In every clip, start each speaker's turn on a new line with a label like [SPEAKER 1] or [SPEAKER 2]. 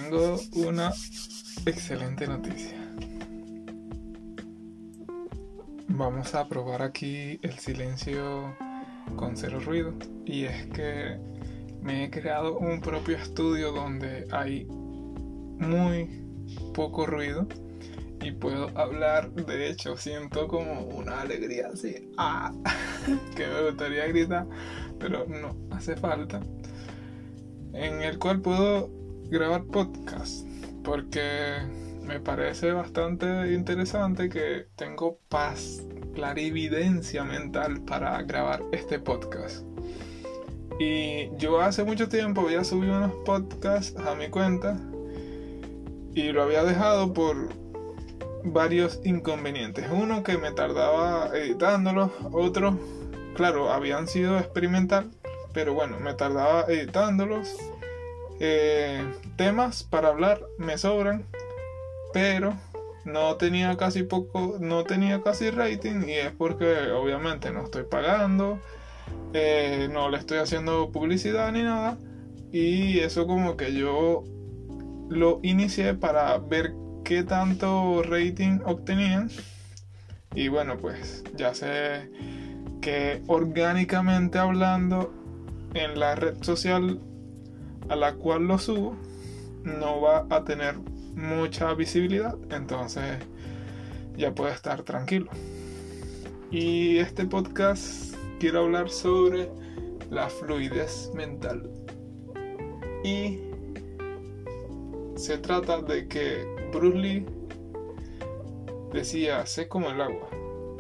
[SPEAKER 1] tengo una excelente noticia. Vamos a probar aquí el silencio con cero ruido. Y es que me he creado un propio estudio donde hay muy poco ruido y puedo hablar. De hecho, siento como una alegría así, que me gustaría gritar, pero no hace falta. En el cual puedo grabar podcast, porque me parece bastante interesante que tengo paz, clarividencia mental para grabar este podcast. Y yo hace mucho tiempo había subido unos podcasts a mi cuenta y lo había dejado por varios inconvenientes. Uno, que me tardaba editándolos. Otro, claro, habían sido experimental, pero bueno, me tardaba editándolos. Temas para hablar me sobran, pero no tenía casi rating, y es porque obviamente no estoy pagando, no le estoy haciendo publicidad ni nada, y eso como que yo lo inicié para ver qué tanto rating obtenían. Y bueno, pues ya sé que orgánicamente hablando, en la red social a la cual lo subo no va a tener mucha visibilidad, entonces ya puedo estar tranquilo. Y este podcast quiero hablar sobre la fluidez mental, y se trata de que Bruce Lee decía: sé como el agua,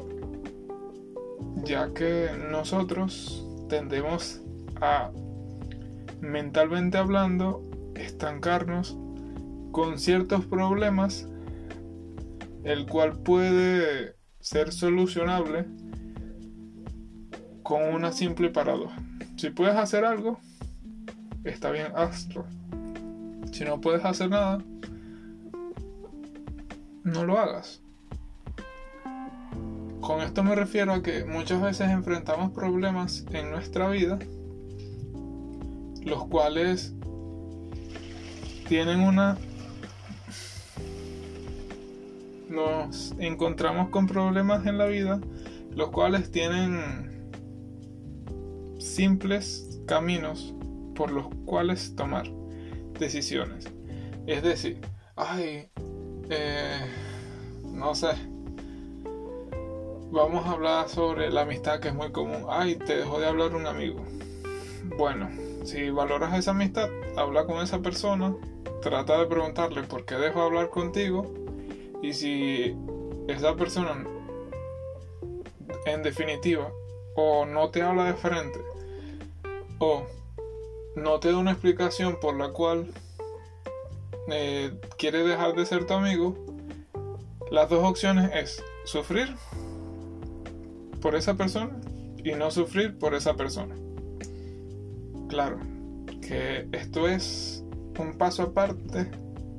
[SPEAKER 1] ya que nosotros tendemos a, mentalmente hablando, estancarnos con ciertos problemas, el cual puede ser solucionable con una simple paradoja. Si puedes hacer algo, está bien, hazlo. Si no puedes hacer nada, no lo hagas. Con esto me refiero a que muchas veces enfrentamos problemas en nuestra vida, los cuales nos encontramos con problemas en la vida, los cuales tienen simples caminos por los cuales tomar decisiones. Es decir, no sé, vamos a hablar sobre la amistad, que es muy común. Te dejó de hablar un amigo. Bueno, si valoras esa amistad, habla con esa persona, trata de preguntarle por qué dejó de hablar contigo, y si esa persona, en definitiva, o no te habla de frente, o no te da una explicación por la cual quiere dejar de ser tu amigo, las dos opciones es sufrir por esa persona y no sufrir por esa persona. Claro que esto es un paso aparte,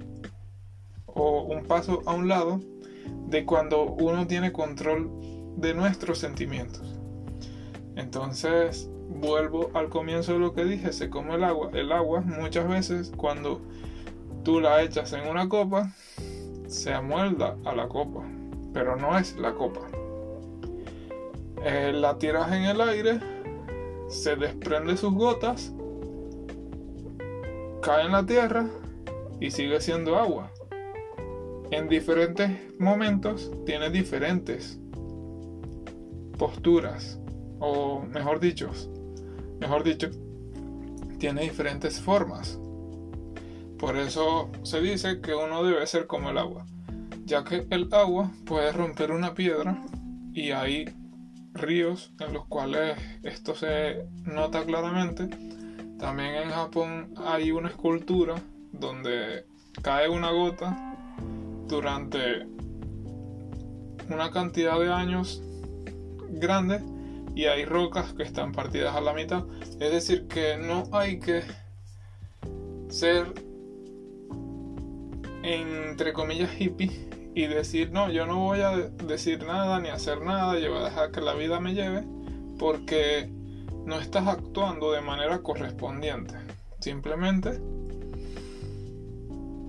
[SPEAKER 1] o un paso a un lado, de cuando uno tiene control de nuestros sentimientos. Entonces vuelvo al comienzo de lo que dije: sé como el agua. El agua, muchas veces, cuando tú la echas en una copa, se amolda a la copa, pero no es la copa. La tiras en el aire, se desprende sus gotas, cae en la tierra y sigue siendo agua. En diferentes momentos tiene diferentes posturas, o mejor dicho, tiene diferentes formas. Por eso se dice que uno debe ser como el agua, ya que el agua puede romper una piedra, y hay ríos en los cuales esto se nota claramente. También en Japón hay una escultura donde cae una gota durante una cantidad de años grande, y hay rocas que están partidas a la mitad. Es decir, que no hay que ser, entre comillas, hippie y decir: no, yo no voy a decir nada ni hacer nada, yo voy a dejar que la vida me lleve, porque no estás actuando de manera correspondiente. Simplemente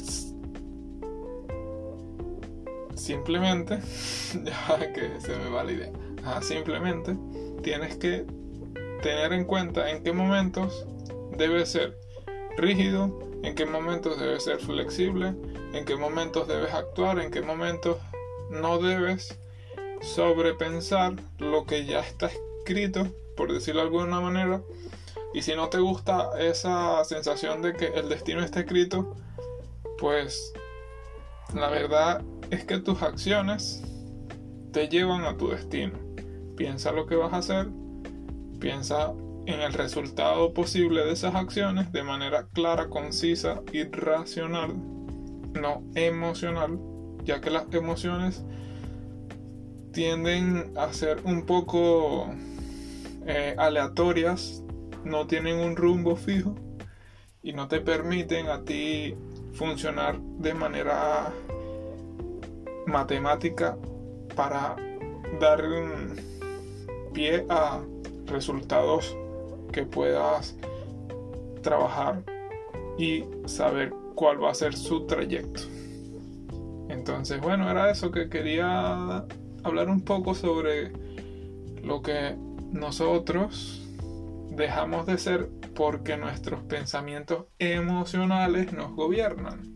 [SPEAKER 1] simplemente, ya que se me va la idea, simplemente tienes que tener en cuenta en qué momentos debes ser rígido, en qué momentos debes ser flexible, en qué momentos debes actuar, en qué momentos no debes sobrepensar lo que ya está escrito, por decirlo de alguna manera. Y si no te gusta esa sensación de que el destino está escrito, pues la verdad es que tus acciones te llevan a tu destino. Piensa lo que vas a hacer, piensa en el resultado posible de esas acciones de manera clara, concisa y racional, no emocional, ya que las emociones tienden a ser un poco aleatorias, no tienen un rumbo fijo y no te permiten a ti funcionar de manera matemática para dar pie a resultados que puedas trabajar y saber cuál va a ser su trayecto. Entonces, bueno, era eso que quería hablar un poco sobre lo que nosotros dejamos de ser porque nuestros pensamientos emocionales nos gobiernan.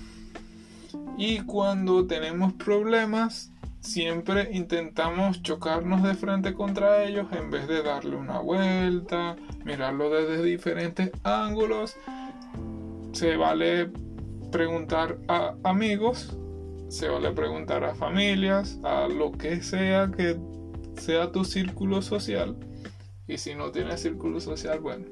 [SPEAKER 1] Y cuando tenemos problemas, siempre intentamos chocarnos de frente contra ellos en vez de darle una vuelta, mirarlo desde diferentes ángulos. Se vale preguntar a amigos, se vale preguntar a familias, a lo que sea tu círculo social. Y si no tienes círculo social, bueno,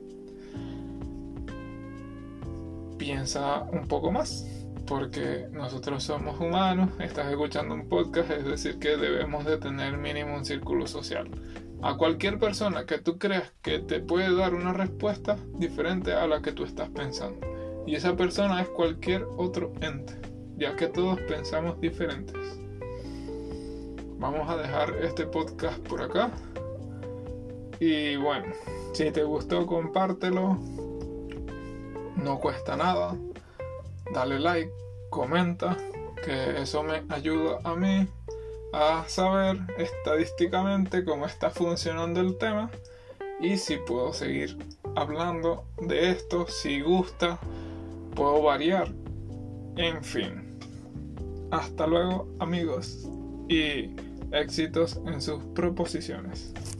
[SPEAKER 1] piensa un poco más, porque nosotros somos humanos. Estás escuchando un podcast, es decir que debemos de tener mínimo un círculo social. A cualquier persona que tú creas que te puede dar una respuesta diferente a la que tú estás pensando, y esa persona es cualquier otro ente, ya que todos pensamos diferentes. Vamos a dejar este podcast por acá. Y bueno, si te gustó, compártelo. No cuesta nada. Dale like, comenta, que eso me ayuda a mí a saber estadísticamente cómo está funcionando el tema y si puedo seguir hablando de esto, si gusta, puedo variar. En fin. Hasta luego, amigos, y éxitos en sus proposiciones.